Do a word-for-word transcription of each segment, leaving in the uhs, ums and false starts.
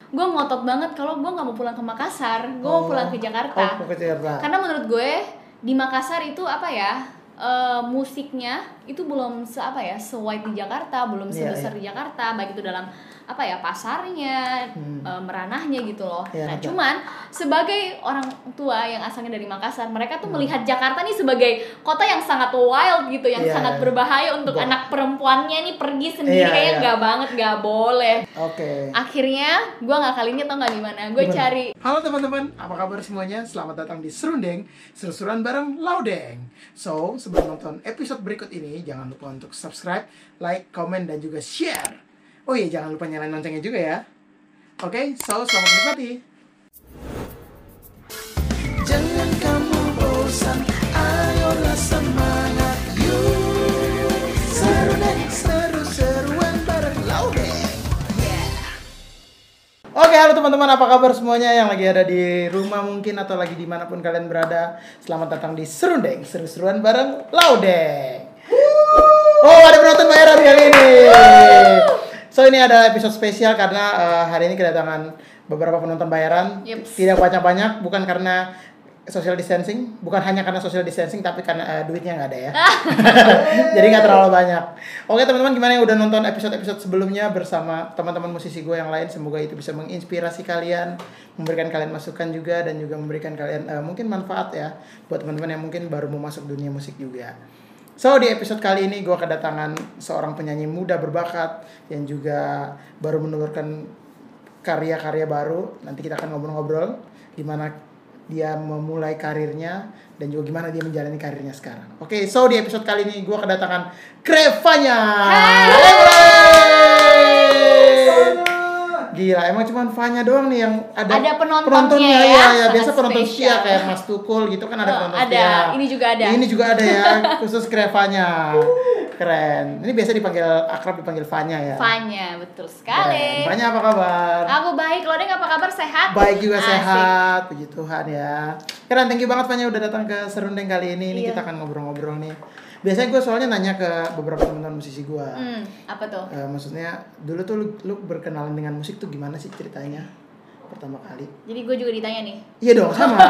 gue ngotot banget kalau gue nggak mau pulang ke Makassar, gue oh. mau pulang ke Jakarta. Oh, ke Jakarta. Karena menurut gue di Makassar itu apa ya, uh, musiknya itu belum se apa ya, se-wide di Jakarta, belum sebesar yeah, yeah. di Jakarta, baik itu dalam apa ya pasarnya, hmm. e, meranahnya gitu loh. Ya, nah, betul. Cuman sebagai orang tua yang asalnya dari Makassar, mereka tuh hmm. melihat Jakarta nih sebagai kota yang sangat wild gitu, yang yeah, sangat yeah. berbahaya untuk Bo- anak perempuannya nih pergi sendiri yeah, kayaknya nggak yeah. banget, nggak boleh. Oke. Okay. Akhirnya gue ngakalin tau nggak di mana? Gue cari. Halo teman-teman, apa kabar semuanya? Selamat datang di Serundeng, seru-seruan bareng Laudeng. So, sebelum nonton episode berikut ini, jangan lupa untuk subscribe, like, comment, dan juga share. Oh iya, jangan lupa nyalain loncengnya juga ya. Oke, okay, so selamat menikmati. Jangan kamu bosan, ayolah semangat, yuk. Serundeng, seru-seruan bareng Laudeng. Yeah. Oke, okay, halo teman-teman, apa kabar semuanya yang lagi ada di rumah mungkin atau lagi dimanapun kalian berada. Selamat datang di Serundeng, seru-seruan bareng Laudeng. Oh, ada penonton bayaran kali ini. So ini ada episode spesial karena uh, hari ini kedatangan beberapa penonton bayaran. Yep. Tidak banyak-banyak, bukan karena social distancing, bukan hanya karena social distancing, tapi karena uh, duitnya nggak ada ya. Jadi nggak terlalu banyak. Oke teman-teman, gimana yang udah nonton episode-episode sebelumnya bersama teman-teman musisi gue yang lain? Semoga itu bisa menginspirasi kalian, memberikan kalian masukan juga, dan juga memberikan kalian uh, mungkin manfaat ya buat teman-teman yang mungkin baru mau masuk dunia musik juga. So di episode kali ini gue kedatangan seorang penyanyi muda berbakat yang juga baru menelurkan karya-karya baru. Nanti kita akan ngobrol-ngobrol gimana dia memulai karirnya dan juga gimana dia menjalani karirnya sekarang. Oke, okay, so di episode kali ini gue kedatangan Crevanya. Gila, emang cuma Vanya doang nih yang ada, ada penontonnya, penontonnya ya, ya, ya. Biasa penonton spesial. Setia kayak Mas Tukul gitu kan ada oh, penonton ada. setia. Ini juga ada. Ini juga ada ya, khusus Crevanya. Keren. Ini biasa dipanggil akrab dipanggil Vanya ya. Vanya, betul sekali. Vanya apa kabar? Aku baik, lo deh apa kabar? Sehat? Baik juga. Asik. Sehat, puji Tuhan ya. Keren, thank you banget Vanya udah datang ke Serundeng kali ini. Ini iya. Kita akan ngobrol-ngobrol nih. Biasanya gue soalnya nanya ke beberapa teman-teman musisi gue. Hmm, apa tuh? Uh, maksudnya dulu tuh lu, lu berkenalan dengan musik tuh gimana sih ceritanya pertama kali? Jadi gue juga ditanya nih. Iya dong, sama.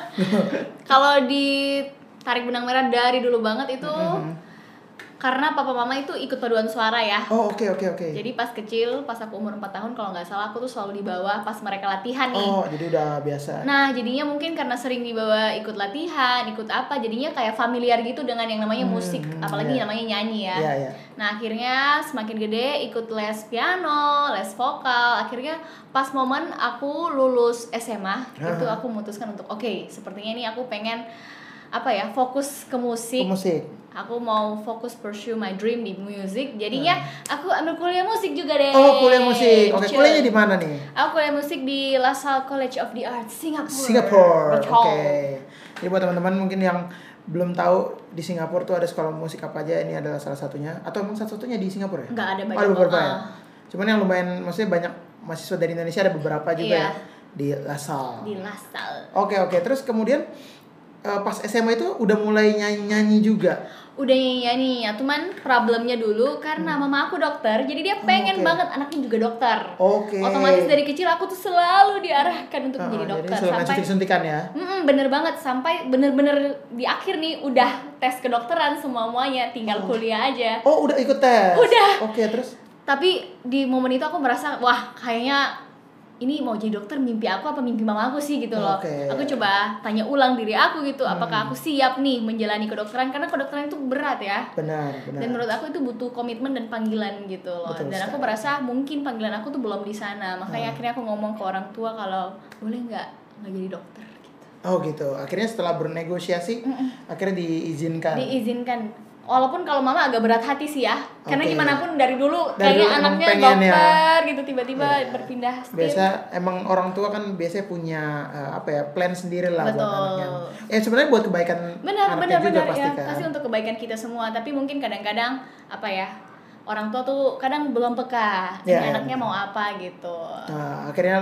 Kalau di Tarik Benang Merah dari dulu banget itu mm-hmm. karena papa mama itu ikut paduan suara ya. Oh oke okay, oke okay, oke. Okay. Jadi pas kecil, pas aku umur empat tahun kalau nggak salah aku tuh selalu dibawa pas mereka latihan nih. Oh jadi udah biasa. Nah jadinya mungkin karena sering dibawa ikut latihan, ikut apa, jadinya kayak familiar gitu dengan yang namanya hmm, musik, apalagi yeah. namanya nyanyi ya. Yeah, yeah. Nah akhirnya semakin gede ikut les piano, les vokal. Akhirnya pas momen aku lulus S M A uh-huh. itu aku memutuskan untuk oke okay, sepertinya ini aku pengen apa ya fokus ke musik. Ke musik. Aku mau fokus pursue my dream di music. Jadinya hmm. aku ambil kuliah musik juga deh. Oh, kuliah musik. Oke, okay, kuliahnya di mana nih? Aku kuliah musik di La Salle College of the Arts, Singapura. Singapura. Oke. Okay. Jadi buat teman-teman mungkin yang belum tahu di Singapura tuh ada sekolah musik apa aja, ini adalah salah satunya. Atau emang satu-satunya di Singapura ya? Enggak ada banyak. Oh, ada beberapa ya. Cuman yang lumayan maksudnya banyak mahasiswa dari Indonesia ada beberapa juga iya. ya di La Salle. Di La Salle. Oke, okay, oke. Okay. Terus kemudian Uh, pas S M A itu udah mulai nyanyi-nyanyi juga? Udah nyanyi-nyanyi ya, cuman problemnya dulu karena hmm. mama aku dokter, jadi dia pengen oh, okay. banget anaknya juga dokter. Oke. Okay. Otomatis dari kecil aku tuh selalu diarahkan untuk uh, menjadi dokter. Jadi sampai suntik-suntikan ya? Mm-mm, bener banget, sampai bener-bener di akhir nih udah tes kedokteran semua-muanya, tinggal oh. kuliah aja. Oh udah ikut tes? Udah. Oke okay, terus? Tapi di momen itu aku merasa, wah kayaknya ini mau jadi dokter mimpi aku apa mimpi mama aku sih gitu loh. Okay. Aku coba tanya ulang diri aku gitu, hmm. apakah aku siap nih menjalani kedokteran, karena kedokteran itu berat ya. Benar, benar. Dan menurut aku itu butuh komitmen dan panggilan gitu loh. Betul dan sekali. Aku merasa mungkin panggilan aku tuh belum di sana. Makanya hmm. akhirnya aku ngomong ke orang tua kalau boleh nggak nggak jadi dokter gitu. Oh gitu. Akhirnya setelah bernegosiasi, Mm-mm. akhirnya diizinkan. Diizinkan. Walaupun kalau mama agak berat hati sih ya, okay. karena gimana pun dari dulu dari kayaknya dulu anaknya dokter ya. Gitu tiba-tiba yeah. berpindah state. Biasa emang orang tua kan biasanya punya uh, apa ya plan sendiri lah. Betul. Buat anaknya. Eh sebenarnya buat kebaikan benar, anaknya benar, juga benar, pasti ya, kan. Pasti untuk kebaikan kita semua. Tapi mungkin kadang-kadang apa ya orang tua tuh kadang belum peka yeah, ini anaknya yeah. mau apa gitu. Nah, akhirnya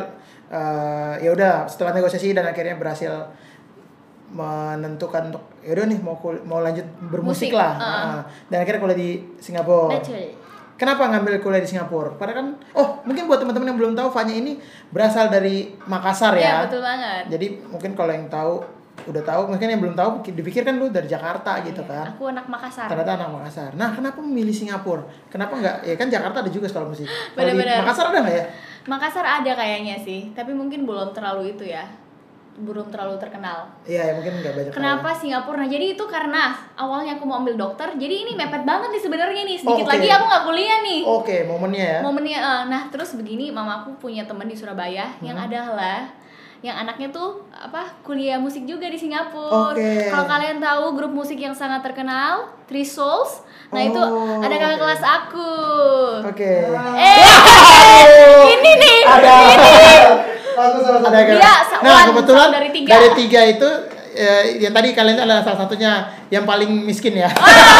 uh, ya udah setelah negosiasi dan akhirnya berhasil menentukan untuk yaudah nih mau kul- mau lanjut bermusik Musik, lah uh. Uh, dan akhirnya kuliah di Singapura. Betul. kenapa ngambil kuliah di Singapura? Padahal kan, oh mungkin buat teman-teman yang belum tahu, Fanya ini berasal dari Makassar ya. Iya betul banget. Jadi mungkin kalau yang tahu, udah tahu, mungkin yang belum tahu dipikir kan lu dari Jakarta gitu Iya, kan. Aku anak Makassar. Ternyata anak Makassar. Nah kenapa memilih Singapura? Kenapa nggak? Ya kan Jakarta ada juga sekolah musik. Kalau di Bener-bener. Makassar ada nggak ya? Makassar ada kayaknya sih, tapi mungkin belum terlalu itu ya. Belum terlalu terkenal. Iya ya, mungkin nggak banyak. Kenapa tahu. Singapura? Nah, jadi itu karena awalnya aku mau ambil dokter. Jadi ini mepet banget nih sebenarnya nih. Sedikit Oh, okay. lagi aku nggak kuliah nih. Oke, okay, momennya ya. Momennya. Uh, nah, terus begini, mamaku punya teman di Surabaya hmm. yang adalah yang anaknya tuh apa kuliah musik juga di Singapura. Okay. Kalau kalian tahu grup musik yang sangat terkenal, Three Souls. Nah, Oh, itu ada kakak okay. kelas aku. Oke. Okay. Eh, ini nih. Ada. Ini nih. Ada kan? Dia Nah kebetulan dari tiga. dari tiga itu eh, yang tadi kalian adalah salah satunya yang paling miskin ya.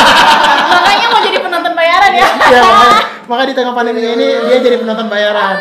Makanya mau jadi penonton bayaran ya. Ya makanya, makanya di tengah pandemi ini dia jadi penonton bayaran.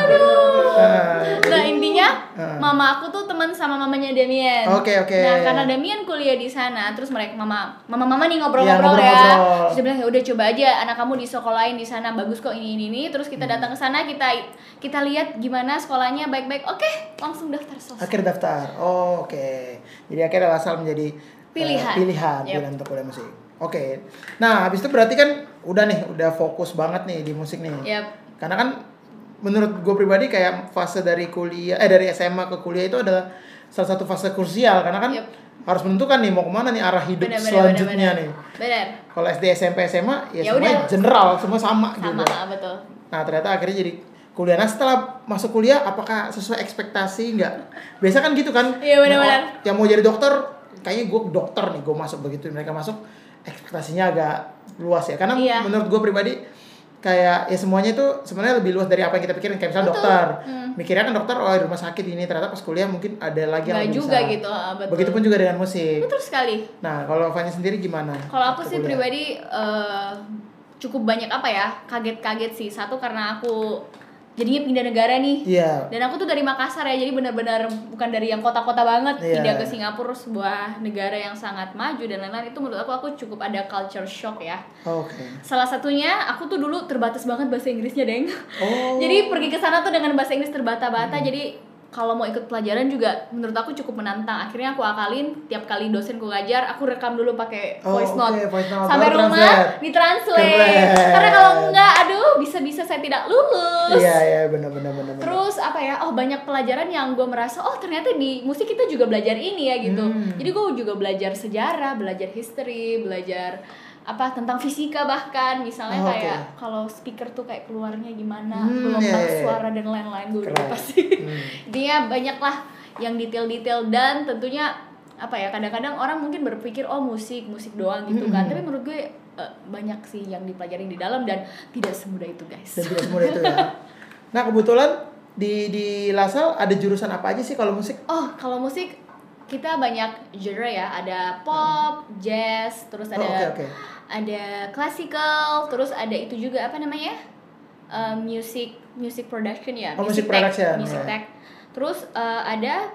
Uh, Nah intinya uh. mama aku tuh teman sama mamanya Damien. Oke okay, oke. Okay. Nah karena Damien kuliah di sana, terus mereka mama mama mama nih Ya, ngobrol-ngobrol ya. ngobrol-ngobrol. Terus dia bilang ya udah coba aja anak kamu di sekolahin di sana bagus kok ini ini ini. Terus kita datang ke sana kita kita lihat gimana sekolahnya baik-baik. Oke langsung daftar selesai. Akhirnya daftar. Oh, oke. Okay. Jadi akhirnya asal menjadi Pilihan. Uh, pilihan Yep. pilihan untuk kuliah musik. Oke. Okay. Nah habis itu berarti kan udah nih udah fokus banget nih di musik nih. Yep. Karena kan menurut gue pribadi kayak fase dari kuliah eh dari S M A ke kuliah itu adalah salah satu fase krusial karena kan Yep. harus menentukan nih mau kemana nih arah hidup Bener, bener, selanjutnya bener, nih. Benar. Kalau S D S M P S M A ya, Ya semuanya udah. general semua sama, Sama gitu. lah, betul. Nah ternyata akhirnya jadi kuliah. Nah setelah masuk kuliah apakah sesuai ekspektasi nggak? Biasa kan gitu kan? Iya, benar-benar. Yang, yang mau jadi dokter kayaknya gue dokter nih gue masuk begitu mereka masuk ekspektasinya agak luas ya karena Iya. menurut gue pribadi kayak ya semuanya itu sebenarnya lebih luas dari apa yang kita pikirin kayak misalnya Betul. dokter Hmm. mikirnya kan dokter oh di rumah sakit ini ternyata pas kuliah mungkin ada lagi yang Nggak lebih juga besar. gitu, ah, betul. Begitupun juga dengan musik. Betul sekali. Nah kalau Fanya sendiri gimana? Kalau aku waktu sih kuliah? pribadi eh, cukup banyak apa ya kaget-kaget sih. Satu karena aku jadinya pindah negara nih. Iya. Dan aku tuh dari Makassar ya, jadi benar-benar bukan dari yang kota-kota banget. Iya. Pindah ke Singapura, sebuah negara yang sangat maju dan lain-lain. Itu menurut aku aku cukup ada culture shock ya. Oke. Salah satunya aku tuh dulu terbatas banget bahasa Inggrisnya, Deng. Oh. Jadi pergi ke sana tuh dengan bahasa Inggris terbata-bata. Jadi kalau mau ikut pelajaran juga menurut aku cukup menantang. Akhirnya aku akalin tiap kali dosen ku ngajar, aku rekam dulu pakai Oh, voice note. oke, voice note. Sampai Baru rumah translate. ditranslate. Keren. Karena kalau enggak, aduh, bisa-bisa saya tidak lulus. Iya iya benar benar benar. benar. Terus apa ya? Oh banyak pelajaran yang gue merasa oh ternyata di musik kita juga belajar ini ya gitu. Hmm. Jadi gue juga belajar sejarah, belajar history, belajar apa tentang fisika bahkan misalnya Oh, kayak oke. kalau speaker tuh kayak keluarnya gimana, Hmm, gelombang iya, iya. suara dan lain-lain gue Keren. lupa sih. Hmm. Dia banyak lah yang detail-detail dan tentunya apa ya kadang-kadang orang mungkin berpikir oh musik musik doang gitu kan. Hmm. Tapi menurut gue eh, banyak sih yang dipelajari di dalam dan tidak semudah itu guys. Dan tidak semudah itu ya. Nah kebetulan di di Lasal ada jurusan apa aja sih kalau musik? Oh, kalau musik kita banyak genre ya, ada pop, jazz, terus Oh, ada oke, oke. ada classical, terus ada itu juga apa namanya? Uh, music music production ya, Oh, music tech, production, music ya. tech. Terus uh, ada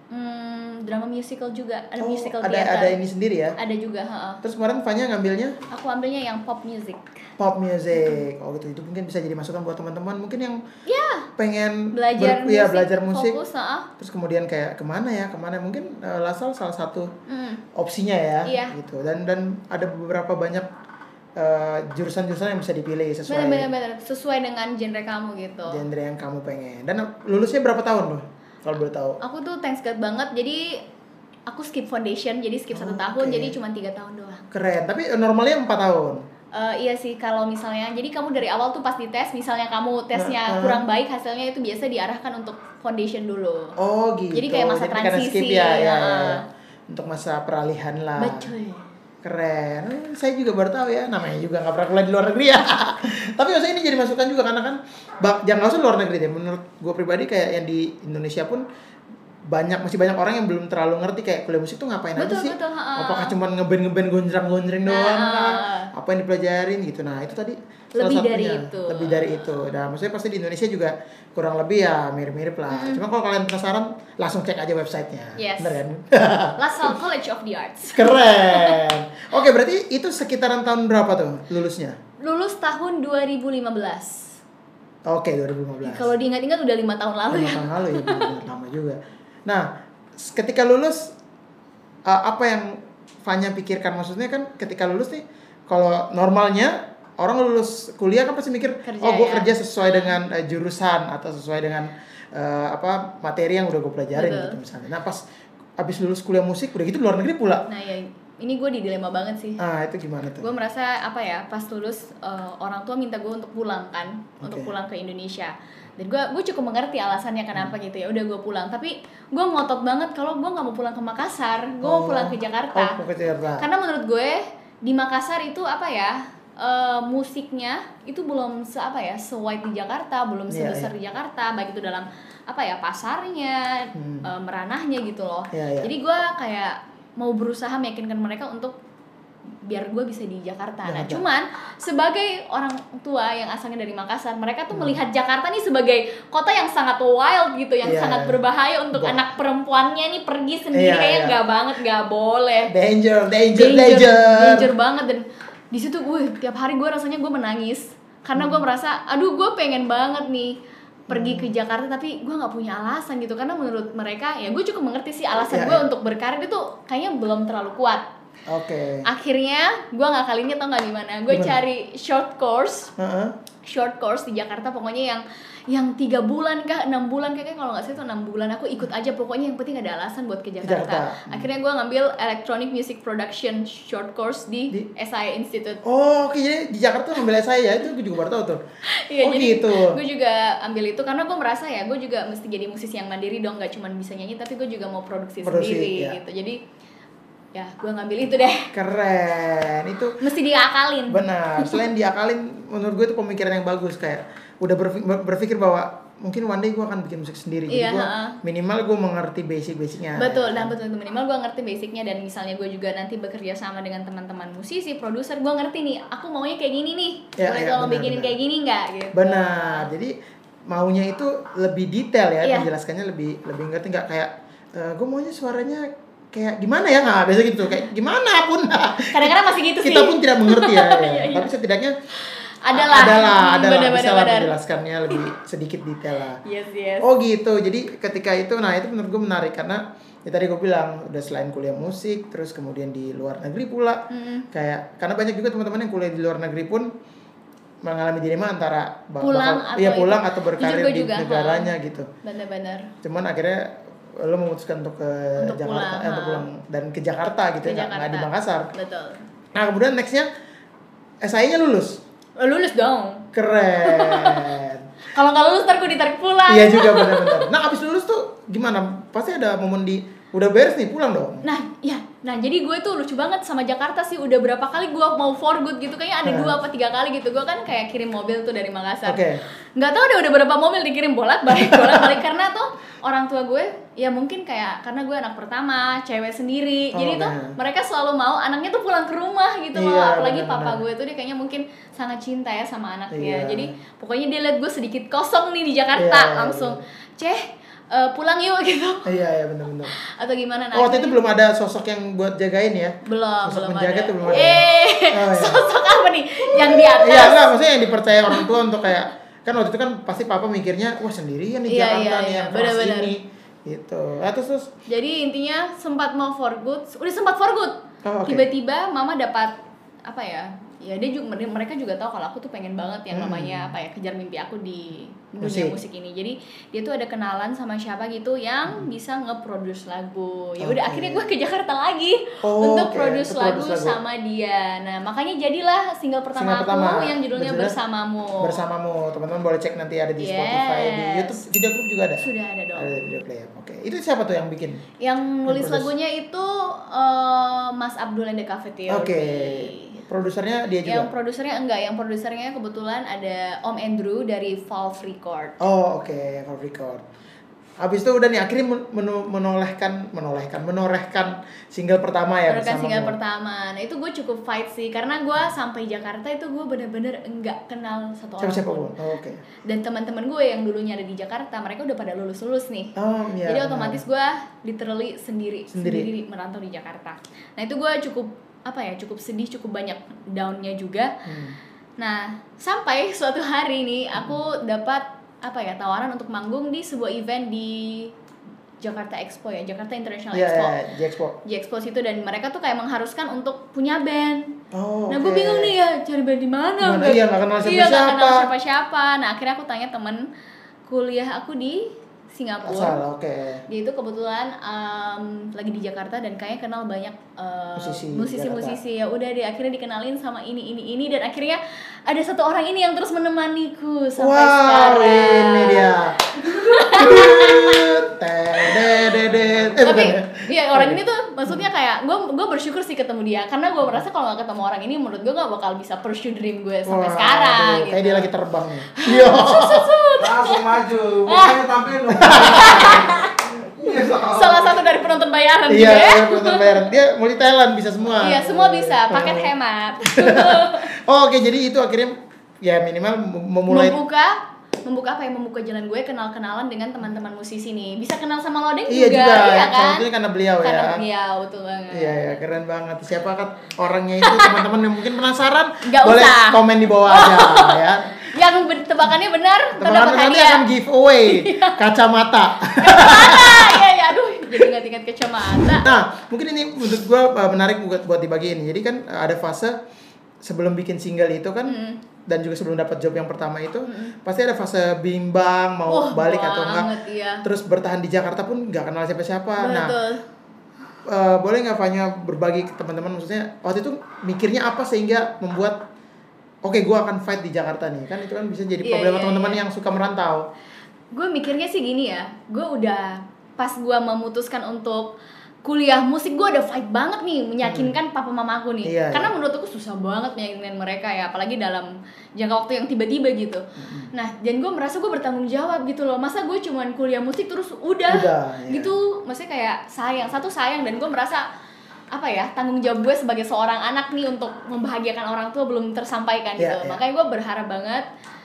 hmm, drama musical juga, ada Oh, musical ada theater. ada ini sendiri ya. Ada juga, heeh. Terus kemarin Fanya ngambilnya Aku ambilnya yang pop music. pop music. Oh gitu. Itu mungkin bisa jadi masukan buat teman-teman mungkin yang Ya, pengen belajar ber- ya, musik, belajar musik. fokus, heeh. Terus kemudian kayak kemana ya? Kemana mungkin uh, Lasal salah satu Hmm. opsinya ya. Iya. Gitu. Dan dan ada beberapa banyak uh, jurusan-jurusan yang bisa dipilih sesuai Benar-benar sesuai dengan genre kamu gitu. genre yang kamu pengen. Dan lulusnya berapa tahun loh? Kalau boleh tahu. Aku tuh thanks God banget, jadi aku skip foundation, jadi skip satu Oh, tahun, oke. jadi cuma tiga tahun doang. Keren. Tapi normalnya empat tahun. Eh, iya sih, kalau misalnya, jadi kamu dari awal tuh pas dites, misalnya kamu tesnya Nah, kurang baik, hasilnya itu biasa diarahkan untuk foundation dulu. Oh gitu. Jadi kayak masa karena transisi, skip ya, ya, ya, heeh. ya. Untuk masa peralihan lah. Betul. Keren. Hmm, Saya juga baru tahu ya. Namanya juga nggak pernah kuliah di luar negeri ya. Tapi maksudnya ini jadi masukan juga karena kan bak, jangan langsung luar negeri deh. Menurut gue pribadi kayak yang di Indonesia pun banyak masih banyak orang yang belum terlalu ngerti kayak kuliah musik tuh ngapain Betul, aja sih? betul, ha-ha. Apakah cuma ngeben-ngeben gonjreng-gonjreng Nah, doang kah? Apa yang dipelajarin gitu. Nah, itu tadi salah Lebih dari satunya. itu. Lebih dari itu. Nah, maksudnya pasti di Indonesia juga kurang lebih ya mirip-mirip lah. Mm-hmm. Cuma kalau kalian penasaran langsung cek aja websitenya. Yes. Bener kan? LaSalle College of the Arts. Keren. Oke, berarti itu sekitaran tahun berapa tuh lulusnya? lulus tahun dua ribu lima belas. Oke, dua ribu lima belas. Kalau diingat-ingat udah lima tahun lalu lima ya. tahun lalu ya, benar-benar lama juga. Nah, ketika lulus uh, apa yang Fanya pikirkan? Maksudnya kan ketika lulus nih, kalau normalnya orang lulus kuliah kan pasti mikir, kerja, oh gue ya? kerja sesuai dengan uh, jurusan atau sesuai dengan uh, apa materi yang udah gue pelajarin. Betul. Gitu misalnya. Nah pas abis lulus kuliah musik udah gitu luar negeri pula. Nah ya ini gue di dilema banget sih. Ah itu gimana tuh? Gue merasa apa ya, pas lulus uh, orang tua minta gue untuk pulang kan, okay. untuk pulang ke Indonesia. Dan gue gue cukup mengerti alasannya kenapa hmm. gitu ya. Udah gue pulang, tapi gue ngotot banget kalau gue nggak mau pulang ke Makassar, gue oh. mau pulang ke Jakarta. Oh, ke Jakarta. Karena menurut gue di Makassar itu apa ya, uh, musiknya itu belum se apa ya, se-wide di Jakarta, belum sebesar yeah, yeah. di Jakarta, baik itu dalam apa ya pasarnya, hmm. uh, meranahnya gitu loh. Yeah, yeah. Jadi gue kayak mau berusaha meyakinkan mereka untuk biar gue bisa di Jakarta. Nah, cuman sebagai orang tua yang asalnya dari Makassar, mereka tuh hmm. melihat Jakarta nih sebagai kota yang sangat wild gitu, yang yeah, sangat berbahaya untuk Bo- anak perempuannya nih pergi sendiri, yeah, kayaknya nggak yeah. banget, nggak boleh. Danger, danger, danger, danger, danger banget. Dan di situ gue tiap hari gue rasanya gue menangis karena hmm. gue merasa, aduh gue pengen banget nih pergi hmm. ke Jakarta, tapi gue nggak punya alasan gitu. Karena menurut mereka, ya gue cukup mengerti sih alasan yeah, gue yeah. untuk berkarir itu kayaknya belum terlalu kuat. Oke. Okay. Akhirnya gue ngakalinnya tau nggak di mana? Gue cari short course, uh-huh. short course di Jakarta. Pokoknya yang yang tiga bulan kah, enam bulan kayaknya kalau nggak salah itu enam bulan. Aku ikut aja. Pokoknya yang penting ada alasan buat ke Jakarta. Jakarta. Akhirnya gue ngambil Electronic Music Production short course di, di? S I A Institute. Oh, oke. Jadi di Jakarta ngambil S I A ya? Itu gue juga baru tahu tuh. Iya, oh jadi gitu. Gue juga ambil itu karena gue merasa ya, gue juga mesti jadi musisi yang mandiri dong. Gak cuma bisa nyanyi, tapi gue juga mau produksi, produksi sendiri ya. Gitu. Jadi ya gue ngambil itu deh. Keren. Itu mesti diakalin. Benar. Selain diakalin, menurut gue itu pemikiran yang bagus. Kayak udah berpikir bahwa mungkin one day gue akan bikin musik sendiri. Jadi iya, gue minimal gue mengerti basic-basicnya. Betul. Dan betul itu minimal gue ngerti basicnya. Dan misalnya gue juga nanti bekerja sama dengan teman-teman musisi, produser, gue ngerti nih aku maunya kayak gini nih. Ya, boleh ya, tolong bikinin benar. Kayak gini nggak gitu. Benar. Jadi maunya itu lebih detail ya, iya. menjelaskannya lebih lebih ngerti, nggak kayak e, gue maunya suaranya kayak gimana ya, nggak biasa gitu, kayak gimana pun kadang-kadang masih gitu kita sih, kita pun tidak mengerti ya, ya. Iya, iya. Tapi setidaknya adalah adalah hmm, adalah bener, bisa bener, lah bener. menjelaskannya lebih sedikit detail lah. Yes, yes. Oh gitu. Jadi ketika itu, nah itu menurut gue menarik karena ya tadi gue bilang udah selain kuliah musik, terus kemudian di luar negeri pula, mm-hmm. kayak karena banyak juga teman-teman yang kuliah di luar negeri pun mengalami dilema antara pulang bakal, atau ya pulang itu. Atau berkarir di juga, negaranya ha. Gitu. Benar-benar. Cuman akhirnya lo memutuskan untuk ke untuk Jakarta, pulang, eh, untuk pulang dan ke Jakarta gitu, ke ya, nggak di Makassar. Betul. Nah kemudian nextnya S I A-nya lulus. Lulus dong. Keren. Kalau nggak lulus ntar gue ditarik pulang. Iya juga benar-benar. Nah abis lulus tuh gimana? Pasti ada momen di udah beres nih pulang dong. Nah ya, nah jadi gue tuh lucu banget sama Jakarta sih. Udah berapa kali gue mau for good gitu, kayaknya ada dua apa tiga kali gitu. Gue kan kayak kirim mobil tuh dari Makassar. Oke. Okay. Nggak tahu udah udah berapa mobil dikirim bolak balik bolak balik karena tuh orang tua gue ya mungkin kayak karena gue anak pertama, cewek sendiri. Oh, jadi tuh bener. Mereka selalu mau anaknya tuh pulang ke rumah gitu loh. Iya, apalagi bener, papa bener. Gue tuh dia kayaknya mungkin sangat cinta ya sama anaknya. Iya. Jadi pokoknya dia lihat gue sedikit kosong nih di Jakarta, iya, langsung iya. Ceh Uh, pulang yuk gitu. Iya iya benar-benar. Atau gimana? Nah, oh, waktu itu belum ada sosok yang buat jagain ya? Belum, sosok belum menjaga ada. Tuh belum ada. Eh, oh, iya. Sosok apa nih? Yang di atas. Iya enggak, maksudnya yang dipercaya orang tua untuk kayak kan waktu itu kan pasti papa mikirnya wah sendirian nih iya, Jakarta iya, nih iya. yang kelas ini gitu. Nah, terus, terus jadi intinya sempat mau for good, udah sempat for good. Oh, okay. Tiba-tiba mama dapat apa ya? Ya dia juga mereka juga tahu kalau aku tuh pengen banget yang hmm. namanya apa ya kejar mimpi aku di dunia musik. musik ini. Jadi dia tuh ada kenalan sama siapa gitu yang hmm. bisa nge-produce lagu. Ya udah okay. akhirnya gue ke Jakarta lagi oh, untuk okay. produce lagu, lagu sama dia. Nah, makanya jadilah single pertama, single pertama aku yang judulnya Berjelas, Bersamamu. Bersamamu. Teman-teman boleh cek nanti ada di yes. Spotify, di YouTube, video klip juga ada. Sudah ada dong. Ada video klip. Oke. Okay. Itu siapa tuh yang bikin? Yang nulis yang lagunya itu uh, Mas Abdul and the Cafe Theory. Oke. Okay. Produsernya dia juga? Yang produsernya enggak, yang produsernya kebetulan ada Om Andrew dari Valve Record. Oh oke, okay. Valve Record. Habis itu udah nih akhirnya men- menolehkan, menolehkan, menorehkan single pertama ya bersama single pertama. Nah itu gue cukup fight sih, karena gue sampai Jakarta itu gue bener-bener enggak kenal satu orang siapa pun. Oh, oke. Okay. Dan teman-teman gue yang dulunya ada di Jakarta, mereka udah pada lulus-lulus nih. Oh iya. Jadi otomatis gue literally sendiri, sendiri, sendiri merantau di Jakarta. Nah itu gue cukup apa ya cukup sedih, cukup banyak downnya juga. Hmm. Nah, sampai suatu hari nih aku dapat apa ya tawaran untuk manggung di sebuah event di Jakarta Expo ya, Jakarta International yeah, Expo. Yeah, J-Expo. J-Expo situ, dan mereka tuh kayak mengharuskan untuk punya band. Oh, nah, okay. gue bingung nih ya, cari band di mana? Gimana? Iya, nggak kenal siapa-siapa. Iya, nggak kenal siapa-siapa. Nah, akhirnya aku tanya temen kuliah aku di Singapura. Asal, oke. Okay. Dia itu kebetulan um, lagi di Jakarta dan kayaknya kenal banyak uh, musisi, musisi-musisi. Ya udah deh, akhirnya dikenalin sama ini ini ini dan akhirnya ada satu orang ini yang terus menemaniku sampai wow, sekarang. Ini dia. Tapi iya orang ini tuh maksudnya kayak gue gue bersyukur sih ketemu dia karena gue merasa kalau nggak ketemu orang ini menurut gue nggak bakal bisa pursue dream gue sampai wow, sekarang. Aduh, gitu. Kayak dia lagi terbang nih. Yo. Langsung maju, bukannya tampil dong. Salah satu dari penonton bayaran iya, juga ya. Iya, penonton bayaran. Dia multi talent bisa semua. Iya, semua bisa, paket hemat. Oh, oke, jadi itu akhirnya ya minimal memulai membuka membuka apa ya membuka jalan gue kenal-kenalan dengan teman-teman musisi nih. Bisa kenal sama Lodeng iya juga, juga, iya kan? Itu karena beliau karena ya. Karena beliau, betul banget. Iya, iya, keren banget. Siapa kan orangnya itu teman-teman yang mungkin penasaran? Gak boleh usah. komen di bawah aja ya. Yang tebakannya benar, Tebakan nanti hadiah. akan giveaway kacamata. Kacamata, iya ya, aduh, jadi ingat-ingat kacamata. Nah, mungkin ini menurut gue menarik buat buat dibagiin. Jadi kan ada fase sebelum bikin single itu kan, mm. dan juga sebelum dapat job yang pertama itu, mm. pasti ada fase bimbang mau oh, balik atau enggak. Iya. Terus bertahan di Jakarta pun nggak kenal siapa-siapa. Betul. Nah, uh, boleh nggak Fanya berbagi ke teman-teman, maksudnya waktu itu mikirnya apa sehingga membuat oke, okay, gue akan fight di Jakarta nih. Kan itu kan bisa jadi yeah, problem yeah, teman-teman yeah. yang suka merantau. Gue mikirnya sih gini ya, gue udah pas gue memutuskan untuk kuliah musik, gue udah fight banget nih meyakinkan hmm. papa mama aku nih. Iya, karena iya. menurut aku susah banget meyakinkan mereka ya, apalagi dalam jangka waktu yang tiba-tiba gitu. Hmm. Nah, dan gue merasa gue bertanggung jawab gitu loh. Masa gue cuman kuliah musik terus udah, udah gitu. Maksudnya kayak sayang, satu sayang, dan gue merasa apa ya, tanggung jawab gue sebagai seorang anak nih untuk membahagiakan orang tua belum tersampaikan gitu. Yeah, yeah. Makanya gue berharap banget.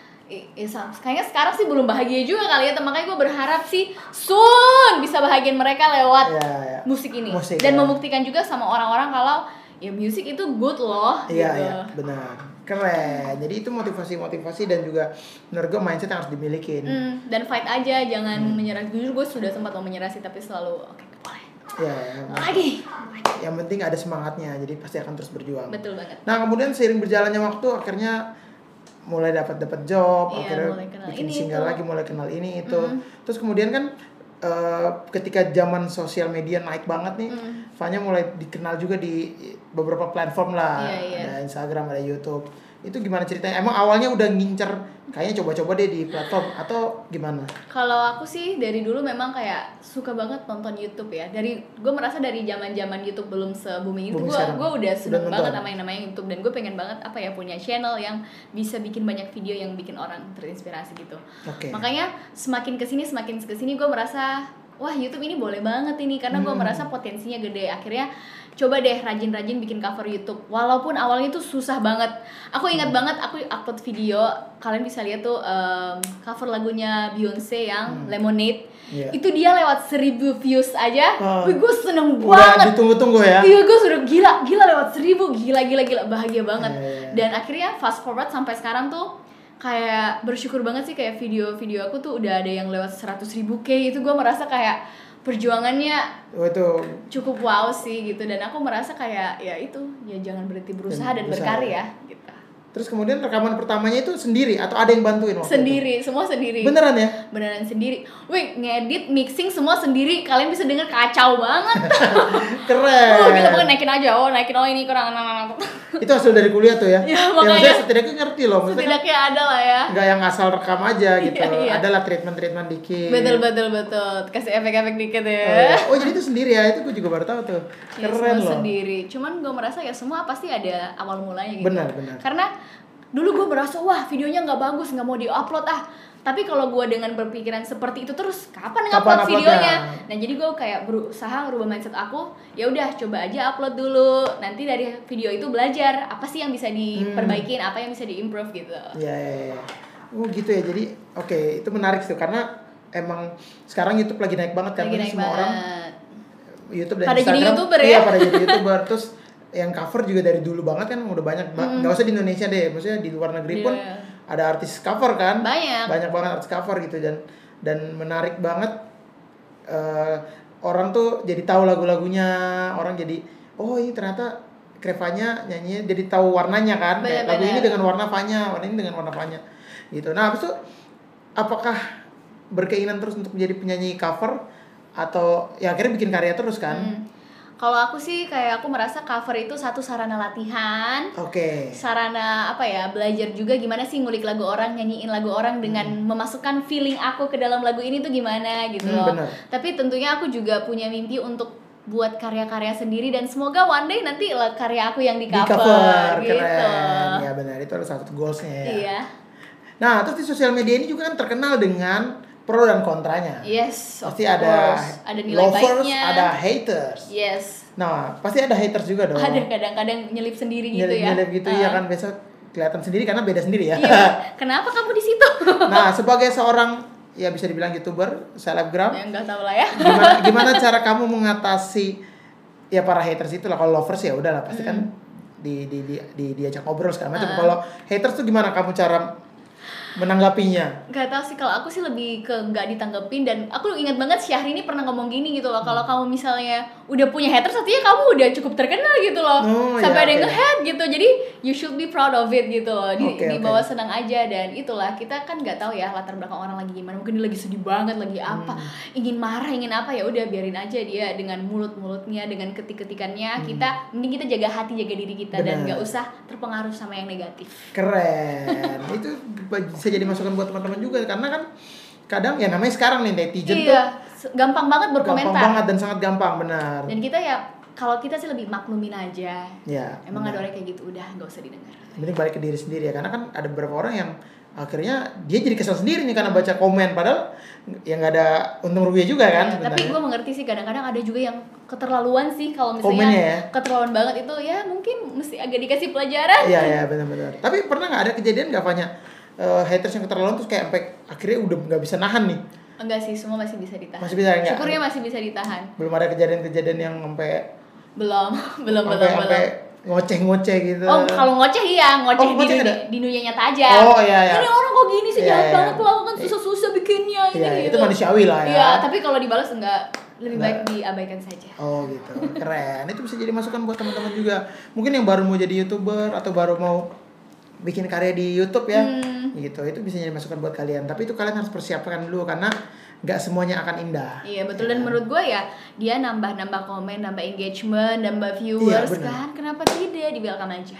Eh, kayaknya sekarang sih belum bahagia juga kali ya, makanya gue berharap sih soon bisa bahagiain mereka lewat yeah, yeah. musik ini musik, dan ya. membuktikan juga sama orang-orang kalau ya musik itu good loh. Iya, gitu. iya, benar. Keren. Jadi itu motivasi-motivasi dan juga menurut gue mindset yang harus dimiliki. Mm, dan fight aja, jangan hmm. menyerah. Jujur gue sudah sempat mau menyerah sih, tapi selalu oke, okay, boleh. Ya, lagi. Yang penting ada semangatnya, jadi pasti akan terus berjuang. Betul banget. Nah, kemudian seiring berjalannya waktu akhirnya mulai dapat dapat job, iya, akhirnya bikin single lagi, mulai kenal ini itu. Mm-hmm. Terus kemudian kan uh, ketika zaman sosial media naik banget nih, mm. Fanya mulai dikenal juga di beberapa platform lah, iya, iya. ada Instagram, ada YouTube. Itu gimana ceritanya? Emang awalnya udah ngincer kayaknya coba-coba deh di platform atau gimana? Kalau aku sih dari dulu memang kayak suka banget nonton YouTube ya. Dari gue merasa dari zaman-zaman YouTube belum se-booming itu, gue gue udah seneng banget sama yang namanya YouTube, dan gue pengen banget apa ya punya channel yang bisa bikin banyak video yang bikin orang terinspirasi gitu. Okay. Makanya semakin kesini semakin kesini gue merasa wah YouTube ini boleh banget ini, karena gue hmm. merasa potensinya gede. Akhirnya coba deh rajin-rajin bikin cover YouTube, walaupun awalnya tuh susah banget. Aku ingat hmm. banget aku upload video, kalian bisa lihat tuh um, cover lagunya Beyonce yang hmm. Lemonade. Yeah. Itu dia lewat seribu views aja. uh, Wih, gue seneng udah banget. Ditunggu-tunggu ya. Iya, gue sudah gila, gila lewat seribu, gila gila gila bahagia banget. Yeah, yeah. Dan akhirnya fast forward sampai sekarang tuh kayak bersyukur banget sih, kayak video-video aku tuh udah ada yang lewat seratus ribu K. Itu gue merasa kayak perjuangannya oh, itu cukup wow sih gitu, dan aku merasa kayak ya itu ya jangan berhenti berusaha dan, dan berusaha. berkarya gitu. Terus kemudian rekaman pertamanya itu sendiri atau ada yang bantuin waktu sendiri itu? Semua sendiri. Beneran ya? Beneran sendiri. Wih, ngedit, mixing semua sendiri. Kalian bisa denger kacau banget. Keren. Oh, gila, pokoknya naikin aja. Oh, naikin, oh ini kurang anak-anak. Itu hasil dari kuliah tuh ya? Ya, ya makanya. maksudnya setidaknya ngerti loh. Setidaknya ada lah ya. Nggak yang asal rekam aja gitu. Iya, iya. Adalah treatment-treatment dikit. Betul, betul, betul. Kasih efek-efek dikit ya. Oh, oh jadi itu sendiri ya? Itu gue juga baru tahu tuh. Keren ya, loh. Sendiri. Cuman gue merasa ya semua pasti ada awal mulanya gitu. Benar, benar. Karena dulu gue merasa wah videonya nggak bagus, nggak mau di-upload ah. Tapi kalau gue dengan berpikiran seperti itu terus kapan ngupload videonya? Nah jadi gue kayak berusaha ngerubah mindset aku. Ya udah coba aja upload dulu. Nanti dari video itu belajar apa sih yang bisa diperbaikin, hmm. apa yang bisa diimprove gitu. Iya, iya, iya. Oh gitu ya. Jadi oke okay, itu menarik sih karena emang sekarang YouTube lagi naik banget kan, lagi naik semua banget. orang YouTube dan pada Instagram. Jadi YouTuber ya? Iya pada jadi YouTuber terus. yang cover juga dari dulu banget kan udah banyak. Mm. Gak usah di Indonesia deh, maksudnya di luar negeri yeah. pun ada artis cover kan. Banyak. Banyak banget artis cover gitu dan dan menarik banget. Uh, orang tuh jadi tahu lagu-lagunya, orang jadi oh ini ternyata Crevanya nyanyinya jadi tahu warnanya kan. Kayak lagu ini dengan warna Vanya, warna ini dengan warna Vanya. Gitu. Nah, habis itu apakah berkeinginan terus untuk menjadi penyanyi cover atau ya akhirnya bikin karya terus kan? Hmm. Kalau aku sih kayak aku merasa cover itu satu sarana latihan. Oke. Okay. Sarana apa ya? Belajar juga gimana sih ngulik lagu orang, nyanyiin lagu orang dengan hmm. memasukkan feeling aku ke dalam lagu ini tuh gimana gitu hmm, loh. Bener. Tapi tentunya aku juga punya mimpi untuk buat karya-karya sendiri dan semoga one day nanti karya aku yang di cover, di cover gitu. Keren. Ya benar, itu adalah salah satu goalsnya ya. Iya. Nah, terus di sosial media ini juga kan terkenal dengan pro dan kontranya. Yes. Pasti ada ada nilai lovers, baiknya. ada haters. Yes. Nah, pasti ada haters juga dong. Ada kadang-kadang nyelip sendiri gitu nyelip, ya. Nyelip gitu uh. ya kan besok kelihatan sendiri karena beda sendiri ya. Iya. Kenapa kamu di situ? Nah, sebagai seorang ya bisa dibilang YouTuber, selebgram. Ya enggak tahu lah ya. Gimana gimana cara kamu mengatasi ya para haters itu lah. Kalau lovers ya udahlah pasti kan mm. di, di di di diajak ngobrol segala macam. Uh. Kalau haters tuh gimana kamu cara menanggapinya? Gak tau sih, kalau aku sih lebih ke gak ditanggepin. Dan aku ingat banget Syahrini pernah ngomong gini gitu loh, hmm. kalau kamu misalnya udah punya haters artinya kamu udah cukup terkenal gitu loh. Oh, sampai ya, ada yang okay. nge-hate gitu, jadi you should be proud of it gitu loh. Di, okay, dibawa okay. senang aja. Dan itulah, kita kan gak tahu ya latar belakang orang lagi gimana. Mungkin dia lagi sedih banget, lagi apa, hmm. ingin marah, ingin apa, ya udah biarin aja dia dengan mulut-mulutnya, dengan ketik-ketikannya. hmm. Kita mending kita jaga hati, jaga diri kita. Bener. Dan gak usah terpengaruh sama yang negatif. Keren. Itu bisa jadi masukan buat teman-teman juga, karena kan kadang ya namanya sekarang nih netizen iya, tuh gampang banget berkomentar. Gampang banget dan sangat gampang, benar. Dan kita ya kalau kita sih lebih maklumin aja. Ya, emang benar. Ada orang kayak gitu, udah nggak usah didengar. Mending balik ke diri sendiri ya, karena kan ada beberapa orang yang akhirnya dia jadi kesel sendiri nih karena baca komen, padahal ya nggak ada untung ruginya juga kan. Ya, tapi gue mengerti sih, kadang-kadang ada juga yang keterlaluan sih kalau misalnya komennya ya? Keterlaluan banget itu ya mungkin mesti agak dikasih pelajaran. Iya ya benar-benar. Tapi pernah nggak ada kejadian nggak banyak uh, haters yang keterlaluan terus kayak sampai akhirnya udah nggak bisa nahan nih? Enggak sih, semua masih bisa ditahan. Masih bisa enggak? Syukurnya masih bisa ditahan. Belum ada kejadian-kejadian yang sampai belum belum sampai, belum sampai belum ngoceh-ngoceh gitu. Oh, kalau ngoceh iya, ngoceh, oh, ngoceh di, di, di dunia nyata aja. Oh iya iya. Ini orang kok gini sih, iya, jahat iya. banget tuh, aku kan susah-susah bikinnya ini iya, gitu. Itu manusiawi lah ya. Iya, tapi kalau dibalas enggak, lebih nah. baik diabaikan saja. Oh gitu, keren. Itu bisa jadi masukan buat teman-teman juga. Mungkin yang baru mau jadi YouTuber atau baru mau bikin karya di YouTube ya, hmm. gitu. Itu bisa jadi masukan buat kalian. Tapi itu kalian harus persiapkan dulu karena nggak semuanya akan indah. Iya betul, ya. Dan menurut gue ya dia nambah-nambah komen, nambah engagement, nambah viewers iya, kan. Kenapa tidak, di welcome aja.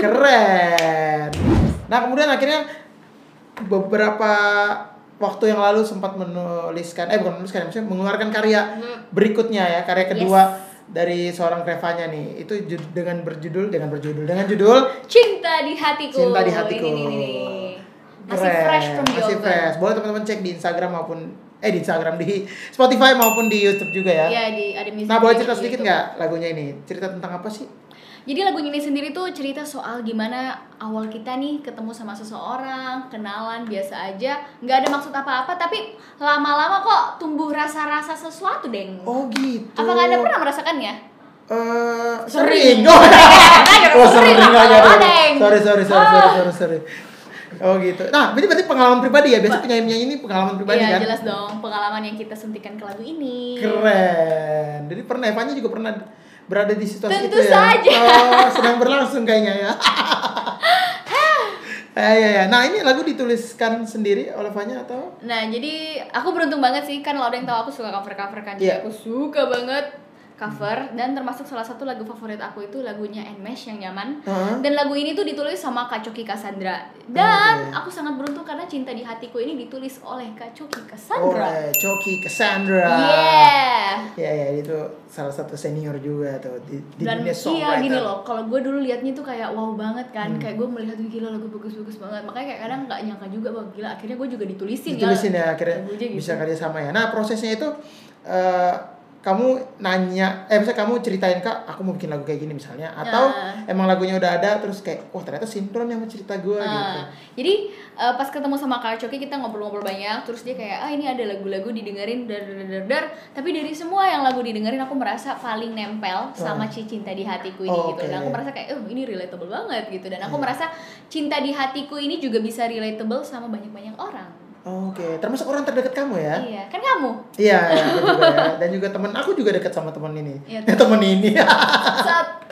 Keren. Nah kemudian akhirnya beberapa waktu yang lalu sempat menuliskan, eh bukan menuliskan, maksudnya mengeluarkan karya hmm. berikutnya ya, karya kedua yes. dari seorang Crevanya nih. Itu dengan berjudul, dengan berjudul, dengan judul Cinta di Hatiku. Cinta di Hatiku. Ini, ini, ini. Masih Keren. fresh from the Masih oven. fresh. Boleh teman-teman cek di Instagram maupun eh di Instagram, di Spotify maupun di YouTube juga ya. Iya, di ada music. Nah, boleh cerita sedikit nggak lagunya ini? Cerita tentang apa sih? Jadi lagunya ini sendiri tuh cerita soal gimana awal kita nih ketemu sama seseorang, kenalan biasa aja, nggak ada maksud apa-apa, tapi lama-lama kok tumbuh rasa-rasa sesuatu, Deng. Oh gitu. Apakah Anda pernah merasakannya? Uh, sering. sering. Oh, oh, sering aja. Sorry, sorry, sorry, sorry, sorry, sorry. Oh gitu. Nah, ini berarti pengalaman pribadi ya. Biasa penyanyi-penyanyi ini pengalaman pribadi iya, kan? Iya, jelas dong. Pengalaman yang kita suntikan ke lagu ini. Keren. Jadi pernah, Evanya juga pernah berada di situasi Tentu itu ya? saja. Oh, sedang berlangsung kayaknya ya. Ya, ya, ya. Nah, ini lagu dituliskan sendiri oleh Vanya atau? Nah, jadi aku beruntung banget sih. Kan lo ada yang tahu aku suka cover-cover kan. Jadi yeah. aku suka banget cover, dan termasuk salah satu lagu favorit aku itu lagunya Nmesh yang nyaman. Uh-huh. Dan lagu ini tuh ditulis sama Kak Coki Cassandra. Dan okay. aku sangat beruntung karena Cinta di Hatiku ini ditulis oleh Kak Coki Cassandra. Oh, Coki Cassandra. Yeah. Ya ya itu salah satu senior juga tuh di, di dan dunia songwriter. Iya gini loh, kalau gue dulu liatnya tuh kayak wow banget kan. Hmm. Kayak gue melihat gila lagu bagus-bagus banget. Makanya kayak kadang nggak nyangka juga bahwa gila akhirnya gue juga ditulisin, ditulisin ya. Ditulisin ya akhirnya gitu. bisa kerja sama ya. Nah, prosesnya itu uh, kamu nanya, eh misalnya kamu ceritain Kak, aku mau bikin lagu kayak gini misalnya, atau Nah. emang lagunya udah ada terus kayak wah ternyata sinkron sama cerita gue Nah, gitu. jadi uh, pas ketemu sama Kak Coki kita ngobrol-ngobrol banyak, terus dia kayak ah ini ada lagu-lagu didengerin dar dar dar dar, tapi dari semua yang lagu didengerin aku merasa paling nempel sama Oh. Cinta di Hatiku ini Oh, gitu. oke. Dan aku merasa kayak oh ini relatable banget gitu, dan aku Iya. merasa Cinta di Hatiku ini juga bisa relatable sama banyak-banyak orang. Oke, termasuk orang terdekat kamu ya? Iya, kan kamu. Iya, ya, aku juga ya. Dan juga temen aku juga dekat sama temen ini. Iya, Eh, temen ini. Saat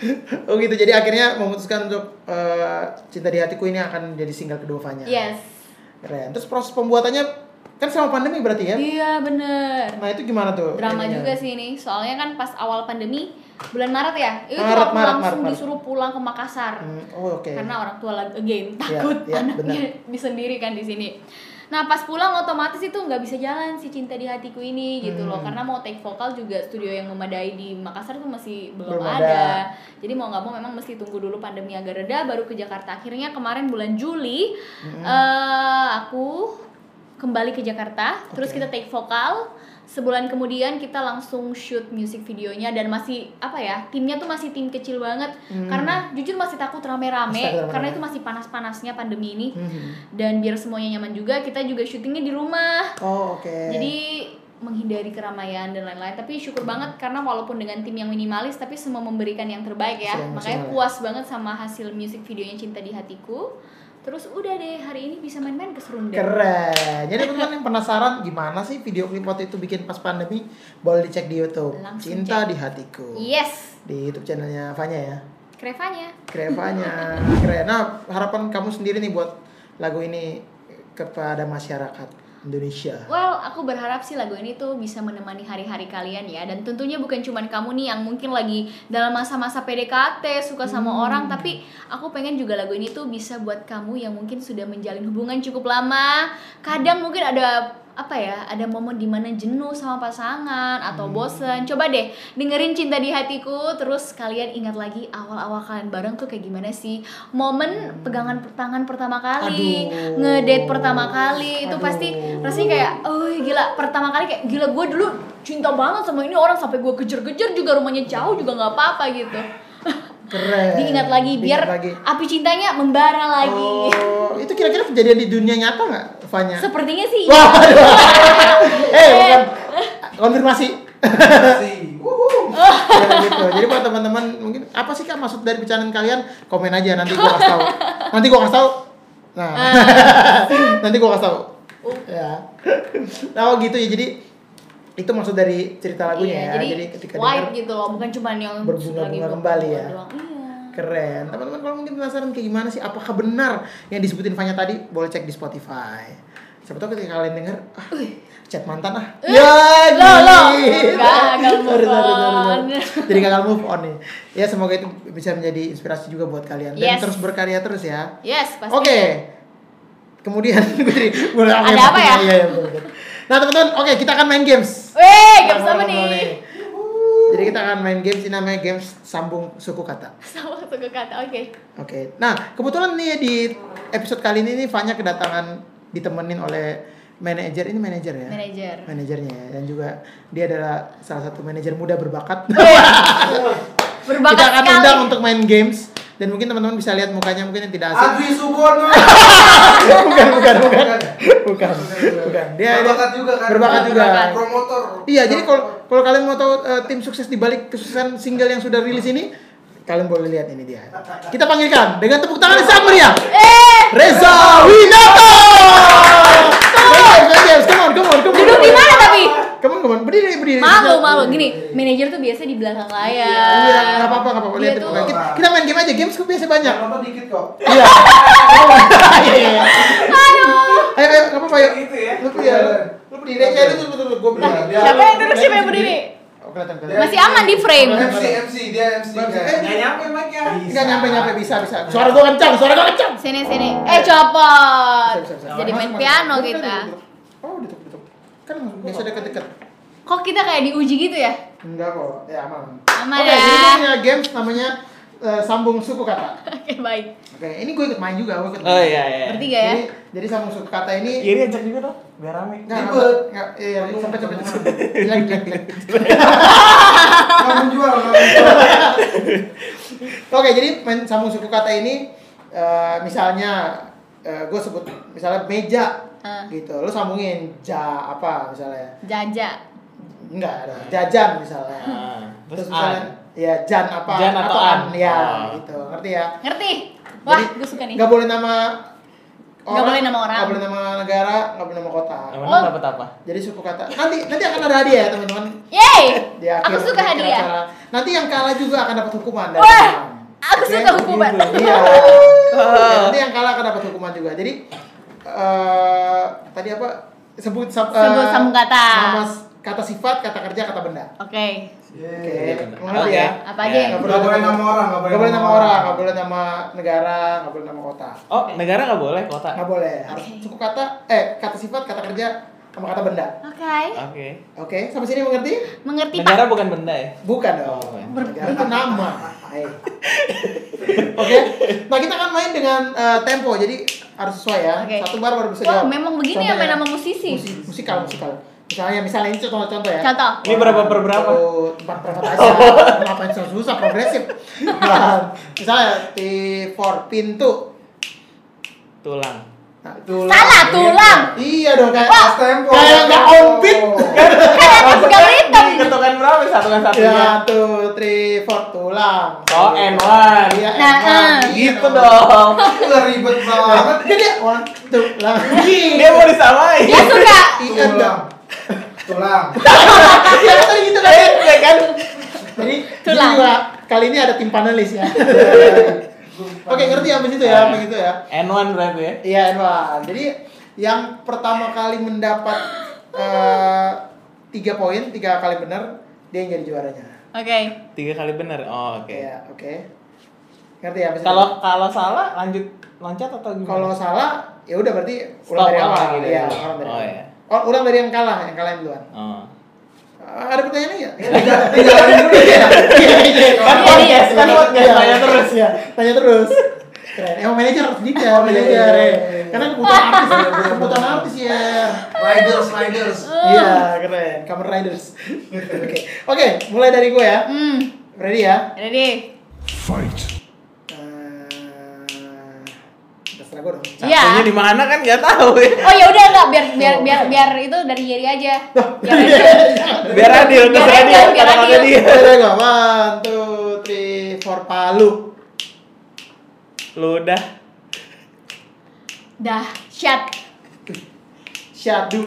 Oh gitu. Jadi akhirnya memutuskan untuk eh, Cinta di Hatiku ini akan jadi single kedua Fanya. yes. Keren. Terus proses pembuatannya kan selama pandemi berarti ya? Iya, bener. Nah, itu gimana tuh? Drama ininya? juga sih ini, soalnya kan pas awal pandemi bulan Maret ya, itu Maret, aku Maret, langsung Maret, Maret. disuruh pulang ke Makassar. Hmm, oh, oke. Karena orang tua lagi again Iya, takut iya, anaknya disendirikan di sini. Nah pas pulang otomatis itu nggak bisa jalan si Cinta di Hatiku ini gitu loh, Hmm. karena mau take vokal juga studio yang memadai di Makassar tuh masih belum, Belum ada. ada. Jadi mau nggak mau memang mesti tunggu dulu pandemi agak reda baru ke Jakarta. Akhirnya kemarin bulan Juli Hmm. eh, aku kembali ke Jakarta, terus Oke. kita take vokal. Sebulan kemudian kita langsung shoot music videonya, dan masih apa ya, timnya tuh masih tim kecil banget. Hmm. Karena jujur masih takut rame-rame, Astaga, rame-rame. karena itu masih panas-panasnya pandemi ini. Hmm. Dan biar semuanya nyaman juga, kita juga syutingnya di rumah. Oh, oke. Jadi menghindari keramaian dan lain-lain. Tapi syukur banget karena walaupun dengan tim yang minimalis, tapi semua memberikan yang terbaik ya. Hasil yang Makanya maksimal ya. puas banget sama hasil music videonya Cinta di Hatiku. Terus udah deh, hari ini bisa main-main ke Serundeng. Keren. Jadi teman-teman yang penasaran gimana sih video klip waktu itu bikin pas pandemi, boleh dicek di YouTube. Langsung Cinta cek. di Hatiku. Yes, Di YouTube channelnya Fanya ya. Krevanya. Krevanya. Keren. Nah, harapan kamu sendiri nih buat lagu ini kepada masyarakat Indonesia. Well, aku berharap sih lagu ini tuh bisa menemani hari-hari kalian ya. Dan tentunya bukan cuman kamu nih yang mungkin lagi dalam masa-masa P D K T, suka sama Hmm. orang. Tapi aku pengen juga lagu ini tuh bisa buat kamu yang mungkin sudah menjalin hubungan cukup lama. Kadang mungkin ada apa ya, ada momen dimana jenuh sama pasangan atau Hmm. bosen. Coba deh dengerin Cinta di Hatiku, terus kalian ingat lagi awal-awal kalian bareng tuh kayak gimana sih. Momen pegangan tangan pertama kali, Aduh. ngedate pertama kali, itu Aduh. pasti rasanya kayak oh gila, pertama kali kayak gila, gue dulu cinta banget sama ini orang sampai gue kejar-kejar juga, rumahnya jauh juga nggak apa-apa gitu. Keren. Diingat lagi biar Diingat lagi. api cintanya membara lagi. Oh, itu kira-kira kejadian di dunia nyata nggak, Fanya? Sepertinya sih. Wah, aduh. eh, bukan. Konfirmasi. Sih. Wuhu. Ya, gitu. Jadi buat teman-teman mungkin apa sih Kak maksud dari bercandaan kalian? Komen aja, nanti gua kasih tahu. Nanti gua kasih tahu. Nah. nanti gua kasih tahu. Ya. Nah, oh gitu ya. Jadi itu maksud dari cerita lagunya Iya, ya. jadi, Jadi ketika white denger, gitu loh, bukan cuma yang berbunga-bunga lagi kembali ya. doang. Iya. keren. Teman-teman kalau mungkin penasaran kayak gimana sih, apakah benar yang disebutin Fanya tadi, boleh cek di Spotify. Siapa tahu ketika kalian denger, ah, chat mantan ah. Eh, Ya, lo, lo. gitu. Gagal move Sorry, sorry, sorry, on. sorry. Jadi gagal move on nih. Ya semoga itu bisa menjadi inspirasi juga buat kalian dan Yes. terus berkarya terus ya. Yes, pasti. Oke. Kemudian gue jadi mulai Ada apa ya? Iya, iya, betul, betul. Nah, teman-teman, oke, kita akan main games. Weh, games Nah, apa ngobrol-ngobrol nih? Jadi kita akan main games, ini namanya games sambung suku kata. Sama suku kata, oke. Oke. Nah, kebetulan nih di episode kali ini nih Fanya kedatangan ditemenin oleh manajer, ini manajer ya? Manajer. Manajernya ya. Dan juga dia adalah salah satu manajer muda berbakat. Berbakat Kita akan sekali. undang untuk main games dan mungkin teman-teman bisa lihat mukanya mungkin yang tidak asing. Adwi Subono. bukan, bukan, bukan. Bukan. Bukan. Dia Berbakat juga kan. Berbakat juga. Berbakat. Promotor. Iya, jadi kalau kalau kalian mau tahu uh, tim sukses di balik kesuksesan single yang sudah rilis ini, kalian boleh lihat ini dia. Kita panggilkan dengan tepuk tangan yang sangat meriah. Eh, Reza Winata. Main games, come on, come on, come on. duduk di mana tapi? Come on, come on. Berdiri, berdiri. Malu, malu. Gini, manajer tuh biasa di belakang layar. Iya, enggak apa-apa, enggak apa-apa. Dia Lihat tuh- tuh. Kita, kita main game aja. Games kok biasa banyak. Yang nonton dikit kok. Iya. Iya, iya, iya. Aduh. Ayo, ayo, enggak apa-apa ya. Gitu ya. Lu ya. Lu berdiri aja lu tuh, betul gua berdiri. Iya. Siapa yang duduk, siapa yang berdiri? Oh, kelihatan, kelihatan. Masih aman di frame. M C, M C, dia M C. Eh, Nggak nyampe mic-nya. Enggak nyampe-nyampe, bisa, bisa. Suara gua kencang, suara gua kencang. Sini, sini. Eh, copot. Bisa, bisa, bisa. Jadi main Masuk, piano masuk. kita. Oh, ditutup, ditutup. Kan biasa deket-deket. Kok kita kayak diuji gitu ya? Enggak kok, ya aman. Aman Oke, ya. jadi kita punya games namanya uh, sambung suku kata. Oke, baik. Oke, ini gue ikut main juga, gue ikut main. Oh iya iya. Bertiga ya. Jadi, jadi sambung suku kata ini. Ini ajak juga dong, biar rame. Nggak, Ribet. nggak, nggak, iya, sampai sampai sampai. Bilang, bilang, bilang. Nggak menjual, nggak menjual. Oke, jadi main sambung suku kata ini, uh, misalnya uh, gue sebut misalnya meja, Ah. gitu. Lo sambungin ja apa misalnya? Jaja. Enggak ada. Jajan misalnya. Ah, Terus terus misalnya, an. ya jan apa? Jan atau an. Ya, Oh. gitu. Ngerti ya? Ngerti? Wah, Jadi, gue suka nih. Nggak boleh nama Nggak boleh nama orang. Nggak boleh nama negara, nggak boleh nama kota. Yang Oh. menang dapat apa? Jadi suku kata. Nanti nanti akan ada hadiah ya teman-teman. Yeay! Di akhir- Aku suka di akhir hadiah. acara. Nanti yang kalah juga akan dapat hukuman dari Wah, teman. aku Oke? suka hukuman. Iya. Oke, nanti yang kalah akan dapat hukuman juga. Jadi eh tadi apa? Sebut sab- Sebut eh, sambung kata. Nama s- kata sifat, kata kerja, kata benda. Oke. Oke. bener. Mengerti Oke. ya? Apa aja yang- Nggak Nggak boleh nama orang, nggak boleh Nggak boleh nama nama orang, orang. nggak boleh nama negara, nggak boleh nama kota. Oh, negara nggak boleh, kota. Nggak boleh. Harus Oke. suku kata, eh kata sifat, kata kerja, sama kata benda. Oke. Oke. Oke, sampai sini mengerti? Mengerti, Negara Pak? bukan benda ya? Bukan dong. Oh, ya. Negara itu nama. Hai. Oke. Nah, kita akan main dengan eh, tempo. Jadi harus sesuai ya. Oke. Satu bar baru bisa Wah, jawab. memang begini Contoh ya main nama musisi. Musi- musikal, musikal. Misalnya, misalnya ini contoh-contoh ya. Contoh. Ini berapa per berapa? Satu, empat per empat aja. Ngapain susah-susah, progresif. Nah, misalnya T for pintu. Tulang. Nah, Tulang. Salah, tulang. iya dong kayak Pas tempo. kayak nggak on beat. Kan atas gak beritem. Ketukan berapa? Satu kan satunya. Ya, two, three, four, tulang. Oh, N one. Iya, Nah, N one. eh. Gitu dong. Udah ribet banget. Jadi one, two, tulang. Dia mau disamain. Dia suka. Iya Tulang. dong. Tulang. Ya tadi gitu kan. Ya kan? Jadi Tulang. juga kali ini ada tim panelis ya. Oke, ngerti ya begitu ya, begitu ya. N one berarti ya? Iya, N one. Jadi yang pertama kali mendapat eh, tiga poin, tiga kali benar, dia yang jadi juaranya. Oke. Tiga kali benar. Oh, oke. Iya, oke. Ngerti ya? begitu? Kalau kalau salah lanjut loncat atau gimana? kalau salah, ya udah berarti Stop ulang dari ulang awal. lagi dari Iya, awal. ulang dari Oh, awal. iya. Oh, ulang dari yang kalah, yang kalah yang duluan. Oh. Eh, ada pertanyaan lagi ya? Tinggalin dulu ya. Iya, iya. Kan podcast, kan podcast, Iya, tanya terus. ya. Tanya terus. Keren. Emang manajer harus gitu ya, manajer ya. Karena kebutuhan artis, kebutuhan artis ya. Riders, riders. Iya, keren. Kamen Riders. Oke. Oke, mulai dari gue ya. Hmm. Ready ya? Ready? Eh, terserah gue dong. Iya. Satunya di mana kan nggak tahu ya. Oh ya udah enggak biar biar biar biar itu dari Jerry aja. Biar Iya, adil. Biar adil, Biar terserah adil, dia. biar Kata-kata adil. dia. Boleh nggak? One, two, three, four, Palu. Ludah. Dahsyat. Syadu.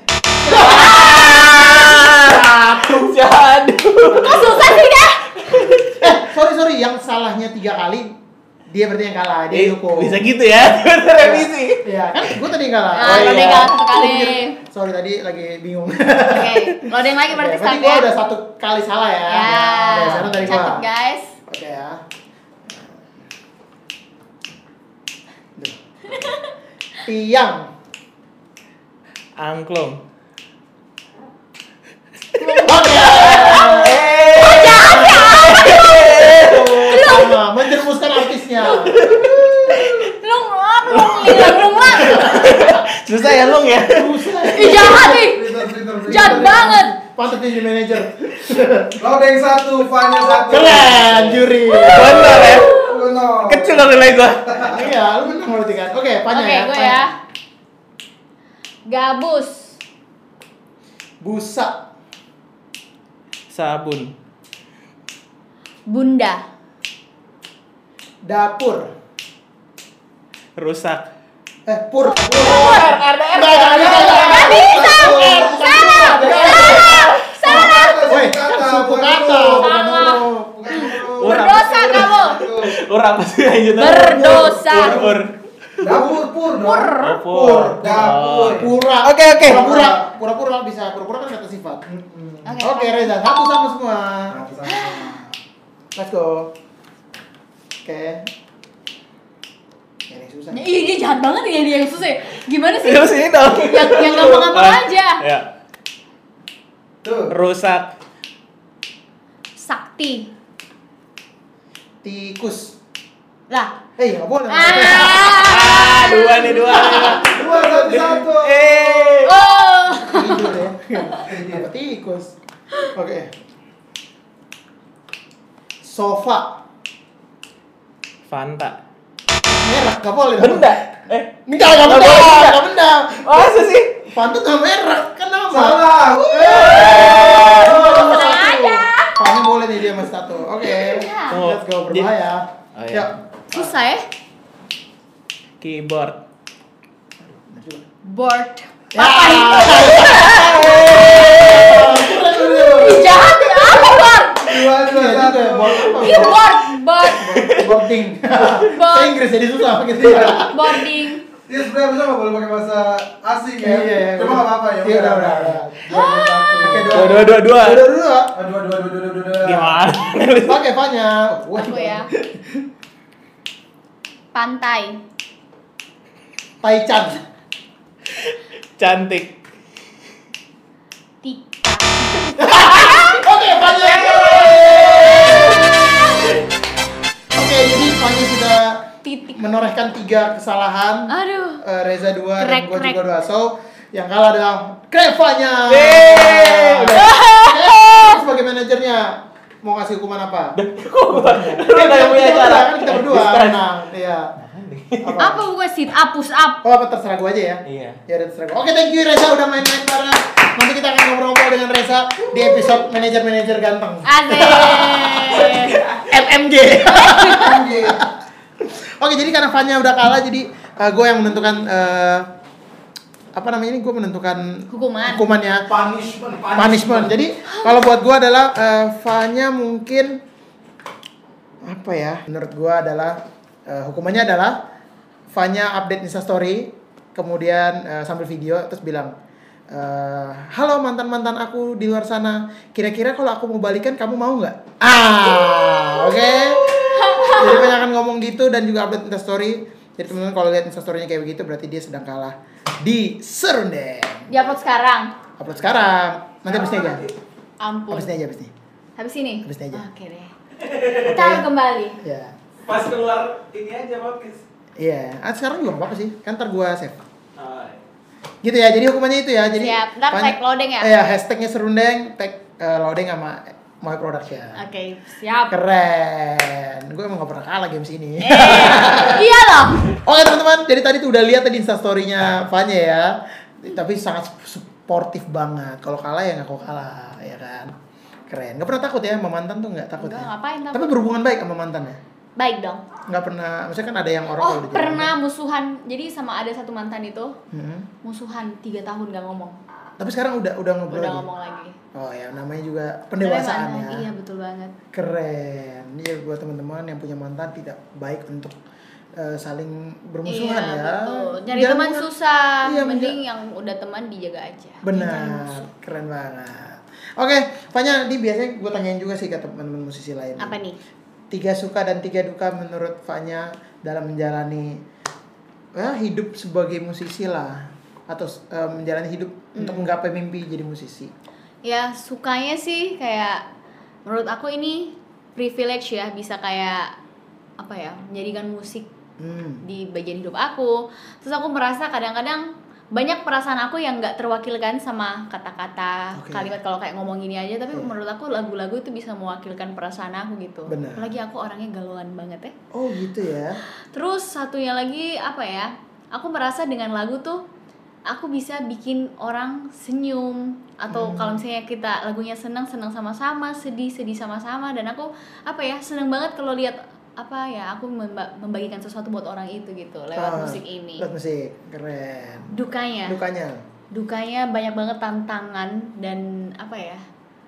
Syadu. Kok susah sih dah? Eh, sorry sorry, yang salahnya tiga kali, dia berarti yang kalah, dia Eh, dihukum. bisa gitu ya? Kita revisi. Iya, kan gue tadi yang kalah. Ah, Oh, kalau iya. dia kalah satu kali. Sorry tadi lagi bingung. Oke. Kalau ada yang lagi berarti Oke, start gue ya. udah satu kali salah ya. Ya. Oke, sekarang dari gue. Catat guys. Oke ya. Duh. Tiang. Angklung. Oke. Sama, menjerumuskan artisnya. Lung lang, lung lilang, lung lang. Susah ya Lung ya? Ih jahat nih. Pinter, pinter, pinter. Jahat banget. Pantas jadi manajer. Loading satu, Fanya satu. Keren, juri. Bener ya? Uno. Kecil dong nilai gua. Iya, lu menang berarti kan. Oke, Panya Oke, ya. gue Panya. ya. Gabus. Busa. Sabun. Bunda. Dapur. Rusak. Eh, pur. R D R. Enggak, enggak, enggak, enggak. Nggak bisa. Pur. Salah. Salah. Salah. Woi, suku kata, bukan Salah. huruf. Berdosa kamu. Ur apa sih lanjutan? Berdosa. Ur, ur. Dapur, pur, dong. Pur. Oh, Pur. Dapur. Oh. Pura. Oke, oke. Pura-pura. Pura-pura bisa. Pura-pura kan kata sifat. Oke. Oke, Reza. Satu sama semua. Let's go. Oke. Ini susah. Ih, dia jahat banget ya dia yang susah. Gimana sih? Terus ini dong. Yang yang gampang-gampang aja. Ya. Tuh. Rusak. Sakti. tikus. Lah. Eh, nggak boleh. Ah, dua nih, dua nih. Dua satu satu. Eh. Oh. Tidur ya. Apa tikus? Oke. Sofa. Fanta. Merek nggak boleh. Benda. Eh, Enggak, enggak benda. Enggak benda. masa sih? Fanta nggak merek, kan nama. Salah. Fanya boleh nih dia mas satu. Oke. Ya. Let's go berbahaya. Oh, iya. Yuk. Susah ya? Keyboard. Board. Ya. Jahat ya, apa board? Dua dua Iya satu. juga, board apa? Keyboard, board, Boarding. Board. Bahasa Inggris jadi susah gitu ya. boarding. Dia sebenarnya bisa nggak boleh pakai bahasa asing ya. Iya, iya. Cuma nggak apa-apa ya. Iya, udah, udah, udah. Oke, Dua, dua, dua, dua. Dua, dua, dua. Ah, Dua dua dua dua dua dua. Gimana? Oke, Fanya. Wah, Aku ya. Pantai. Taichan. Cantik. Tika. Oke, Fanya. Oke, jadi Fanya sudah Titik. menorehkan tiga kesalahan. Aduh. Eh, Reza dua dan Krek, gue krek. juga dua. So, yang kalah adalah Krevanya. Yeay. Udah. Oke, sebagai manajernya mau kasih hukuman apa? Lu Eh, udah yang punya kita cara. berdua, kan kita berdua. Distract. Nah, iya. Apa gue sit up, push up? Oh, apa terserah gue aja ya? Iya. Ya udah terserah gue. Oke, thank you Reza udah main-main bareng. Nanti kita akan ngobrol-ngobrol dengan Reza di episode manajer-manajer ganteng. Asik. M M G. Oke, jadi karena Fanya udah kalah, jadi uh, gue yang menentukan uh, apa namanya ini gue menentukan Hukuman. hukumannya. Punishment. Punishment. Jadi kalau buat gue adalah uh, Fanya mungkin apa ya? Menurut gue adalah uh, hukumannya adalah Fanya update Instastory, kemudian uh, sambil video terus bilang, uh, halo mantan-mantan aku di luar sana, kira-kira kalau aku mau balikan kamu mau nggak? Ah, oke. Okay? Jadi banyak kan ngomong gitu dan juga update Instastory. Jadi teman-teman kalau lihat Instastory-nya kayak begitu berarti dia sedang kalah di Serundeng. Diupload sekarang. Upload sekarang. Nanti habis ini aja. Ampun. Habis ini aja habis ini. Habis ini? Habis ini aja. Oke deh. Kita kembali. Ya. Pas keluar ini aja podcast. Iya, ah, sekarang juga nggak apa-apa sih. Kan ntar gua save. Oh, Gitu ya. Jadi hukumannya itu ya. Jadi Siap. Ntar banyak- tag loading ya? Iya, hashtagnya Serundeng, tag eh, loading sama Moy Production. Oke, siap. Keren. Gue emang gak pernah kalah games ini. Eh, iya loh. Oke teman-teman, jadi tadi tuh udah lihat tadi Instastory-nya Fanya ya. Tapi sangat supportif banget. Kalau kalah ya ngaku kalah, ya kan. Keren. Gak pernah takut ya sama mantan tuh nggak takut Enggak, ya. ngapain takut? Tapi berhubungan baik sama mantan ya. Baik dong. Nggak pernah. Maksudnya kan ada yang orang Oh, kalau dijodohin. pernah musuhan. Jadi sama ada satu mantan itu Hmm. musuhan tiga tahun gak ngomong. Tapi sekarang udah udah ngobrol. Udah lagi? ngomong lagi. Oh ya, namanya juga pendewasaan Tapi ya. mantan, iya betul banget. Keren. Iya buat teman-teman yang punya mantan tidak baik untuk eh, saling bermusuhan Iya, ya. betul. Nyari Jangan teman buat- susah. Iya, Mending yang udah teman dijaga aja. Jangan Benar, musuh. keren banget. Oke, Fanya, ini biasanya gue tanyain juga sih ke teman-teman musisi lain. Apa nih? Tiga suka dan tiga duka menurut Fanya dalam menjalani ya, hidup sebagai musisi lah, atau eh, menjalani hidup Hmm. untuk menggapai mimpi jadi musisi. Ya sukanya sih kayak menurut aku ini privilege ya, bisa kayak apa ya, menjadikan musik Hmm. di bagian hidup aku. Terus aku merasa kadang-kadang banyak perasaan aku yang nggak terwakilkan sama kata-kata, Oke. kalimat kalau kayak ngomong gini aja. Tapi Iya. menurut aku lagu-lagu itu bisa mewakilkan perasaan aku gitu. Benar. Apalagi aku orangnya galauan banget ya. Oh gitu ya. Terus satunya lagi apa ya? Aku merasa dengan lagu tuh aku bisa bikin orang senyum, atau Hmm. kalau misalnya kita lagunya senang senang sama-sama, sedih sedih sama-sama, dan aku apa ya seneng banget kalau lihat apa ya aku memba- membagikan sesuatu buat orang itu gitu lewat Ah, musik ini. Lewat musik, keren. Dukanya, Dukanya. dukanya banyak banget tantangan dan apa ya?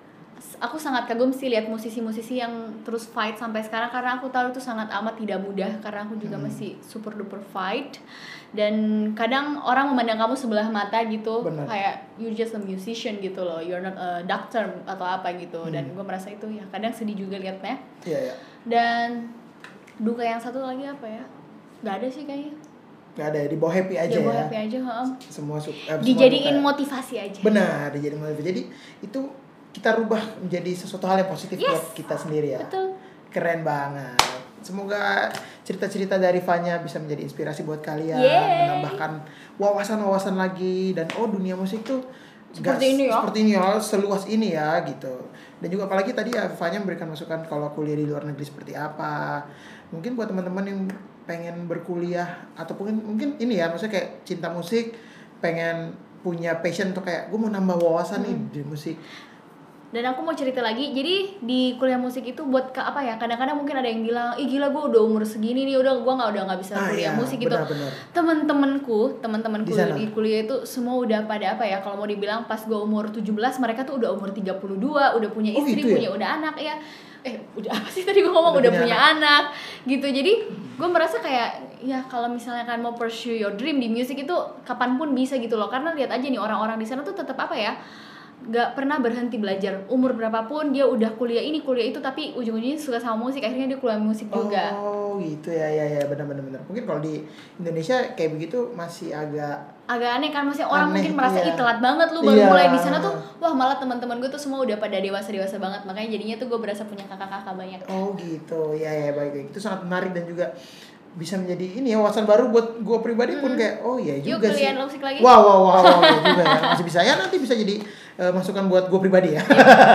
Aku sangat kagum sih lihat musisi-musisi yang terus fight sampai sekarang, karena aku tahu itu sangat amat tidak mudah, karena aku juga Hmm. masih super duper fight. Dan kadang orang memandang kamu sebelah mata gitu. Benar. Kayak you're just a musician gitu loh, you're not a doctor atau apa gitu. Dan Hmm. gue merasa itu ya kadang sedih juga liatnya. Iya ya. Dan duka yang satu lagi apa ya, nggak ada sih kayaknya. Gak ada ya, di bawah happy aja Ya, ya. gue happy aja, heeh. Semua su- eh, semua Dijadiin duka. motivasi aja. Benar, dijadiin motivasi. Jadi itu kita rubah menjadi sesuatu hal yang positif Yes. buat kita sendiri ya. Betul. Keren banget. semoga cerita-cerita dari Fanya bisa menjadi inspirasi buat kalian, Yeay. menambahkan wawasan-wawasan lagi, dan oh dunia musik tuh nggak Seperti ini ya. seperti ini ya, seluas ini ya gitu. Dan juga apalagi tadi ya Fanya memberikan masukan kalau kuliah di luar negeri seperti apa. Mungkin buat teman-teman yang pengen berkuliah ataupun mungkin ini ya, maksudnya kayak cinta musik, pengen punya passion untuk kayak gue mau nambah wawasan nih di musik. Dan aku mau cerita lagi, jadi di kuliah musik itu buat ke apa ya? Kadang-kadang mungkin ada yang bilang, ih gila gue udah umur segini nih, udah gue nggak udah nggak bisa Ah, kuliah iya, musik gitu. benar-benar. Temen-temenku, temen-temenku Di sana? di kuliah itu semua udah pada apa ya? Kalau mau dibilang pas gue umur tujuh belas, mereka tuh udah umur tiga puluh dua, udah punya Oh, istri, gitu ya? punya udah anak ya. Eh udah apa sih tadi gue ngomong Udah udah, punya punya anak. gitu. Jadi gue merasa kayak ya kalau misalnya kan mau pursue your dream di musik itu kapanpun bisa gitu loh. Karena lihat aja nih orang-orang di sana tuh tetap apa ya? Gak pernah berhenti belajar, umur berapapun dia udah kuliah ini kuliah itu, tapi ujung-ujungnya suka sama musik, akhirnya dia kuliah musik juga. Oh gitu ya, ya ya benar-benar benar. Mungkin kalau di Indonesia kayak begitu masih agak Agak aneh kan, maksudnya orang Aneh, mungkin merasa iya. ih telat banget lu baru Iya. mulai di sana tuh, wah malah teman-teman gue tuh semua udah pada dewasa-dewasa banget, makanya jadinya tuh gue berasa punya kakak-kakak banyak. oh gitu ya ya baik baik. Itu sangat menarik dan juga bisa menjadi ini ya wawasan baru buat gue pribadi pun kayak oh iya Yuk juga sih. kuliah musik lagi. Wow wow wow, wow iya juga ya, masih bisa ya, nanti bisa jadi eh, masukan buat gue pribadi ya.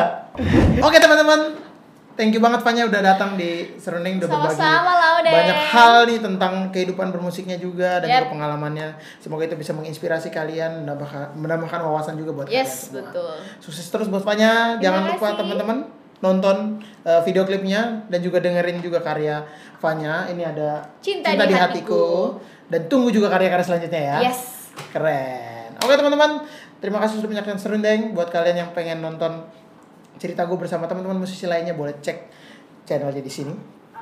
Oke teman-teman, thank you banget Fanya udah datang di Serundeng, udah berbagi Sama-sama Laudeng. banyak hal nih tentang kehidupan bermusiknya juga dan Yep. juga pengalamannya. Semoga itu bisa menginspirasi kalian, menambahkan, menambahkan wawasan juga buat kalian Yes, semua. betul. Sukses terus buat Fanya. Terima Jangan lupa kasih. teman-teman nonton uh, video klipnya dan juga dengerin juga karya Fanya. Ini ada Cinta di Hatiku. dan tunggu juga karya-karya selanjutnya ya. Yes. Keren. Oke teman-teman, terima kasih sudah menyaksikan Serundeng. Buat kalian yang pengen nonton cerita gue bersama teman-teman musisi lainnya, boleh cek channelnya di sini.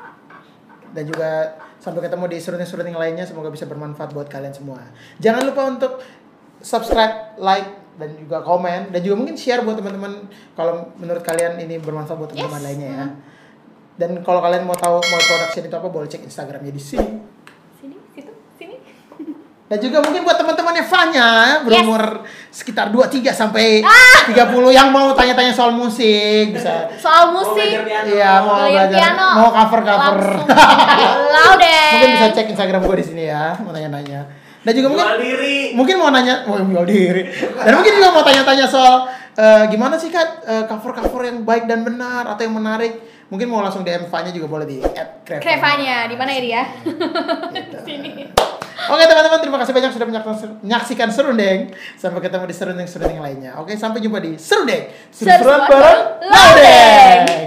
Dan juga sampai ketemu di serundeng-serundeng lainnya, semoga bisa bermanfaat buat kalian semua. Jangan lupa untuk subscribe, like, dan juga komen, dan juga mungkin share buat teman-teman kalau menurut kalian ini bermanfaat buat teman-teman Yes. lainnya ya. Dan kalau kalian mau tahu mau production itu apa, boleh cek Instagramnya di sini. Sini, situ, sini. Dan juga mungkin buat teman-temannya Fanya berumur sekitar dua puluh tiga sampai tiga puluh yang mau tanya-tanya soal musik, bisa Soal Mau musik, belajar piano. iya mau belajar belajar, piano, mau cover-cover. langsung Laudeng. Mungkin bisa cek Instagram gue di sini ya, mau tanya-tanya. Dan juga mungkin Jual diri. mungkin mau nanya, mau jual diri. Dan mungkin juga mau tanya-tanya soal eh, gimana sih Kak eh, cover-cover yang baik dan benar atau yang menarik. Mungkin mau langsung D M Fanya juga boleh di at Crevanya. Crevanya, di mana ya dia? Gitu. Sini. Oke teman-teman, terima kasih banyak sudah menyaksikan menyaksikan Serundeng. Sampai ketemu di serundeng-serundeng lainnya. Oke, sampai jumpa di Serundeng. Seru-seruan bareng bareng Laudeng.